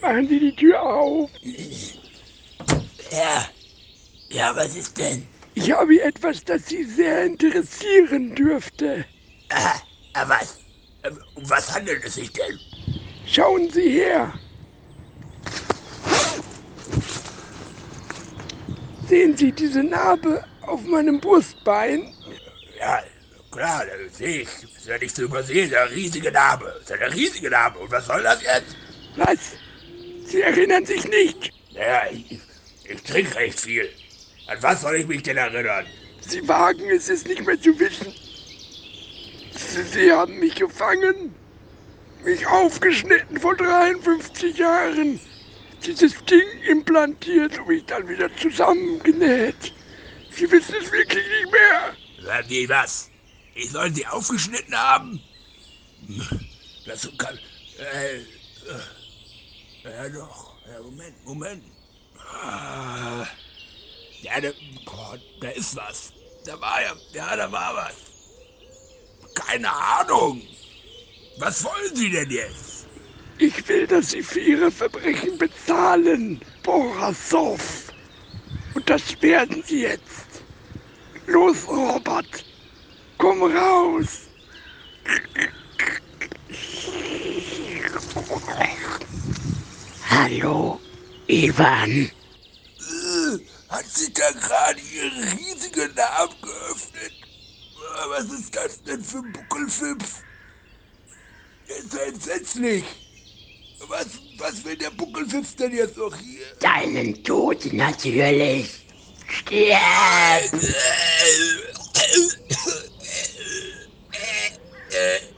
Machen Sie die Tür auf. Ja, was ist denn? Ich habe etwas, das Sie sehr interessieren dürfte. Was? Um was handelt es sich denn? Schauen Sie her. Sehen Sie diese Narbe auf meinem Brustbein? Ja, klar, das sehe ich. Ist ja nicht zu übersehen, ist ja eine riesige Narbe. Ist ja eine riesige Narbe. Und was soll das jetzt? Was? Sie erinnern sich nicht? Naja, ich trinke recht viel. An was soll ich mich denn erinnern? Sie wagen es nicht mehr zu wissen. Sie haben mich gefangen, mich aufgeschnitten vor 53 Jahren, dieses Ding implantiert und mich dann wieder zusammengenäht. Sie wissen es wirklich nicht mehr. Wie, was? Ich soll sie aufgeschnitten haben? Das kann... ja doch. Ja, Moment. Ja, da ist was. Da war was. Keine Ahnung. Was wollen Sie denn jetzt? Ich will, dass Sie für Ihre Verbrechen bezahlen, Borasow. Und das werden Sie jetzt. Los, Robert, komm raus. Hallo, Ivan. Hat sich da gerade Ihre riesige Narbe geöffnet? Was ist das denn für ein Buckelfips? Der ist ja entsetzlich. Was will der Buckelfips denn jetzt noch hier? Deinen Tod natürlich. Stirb!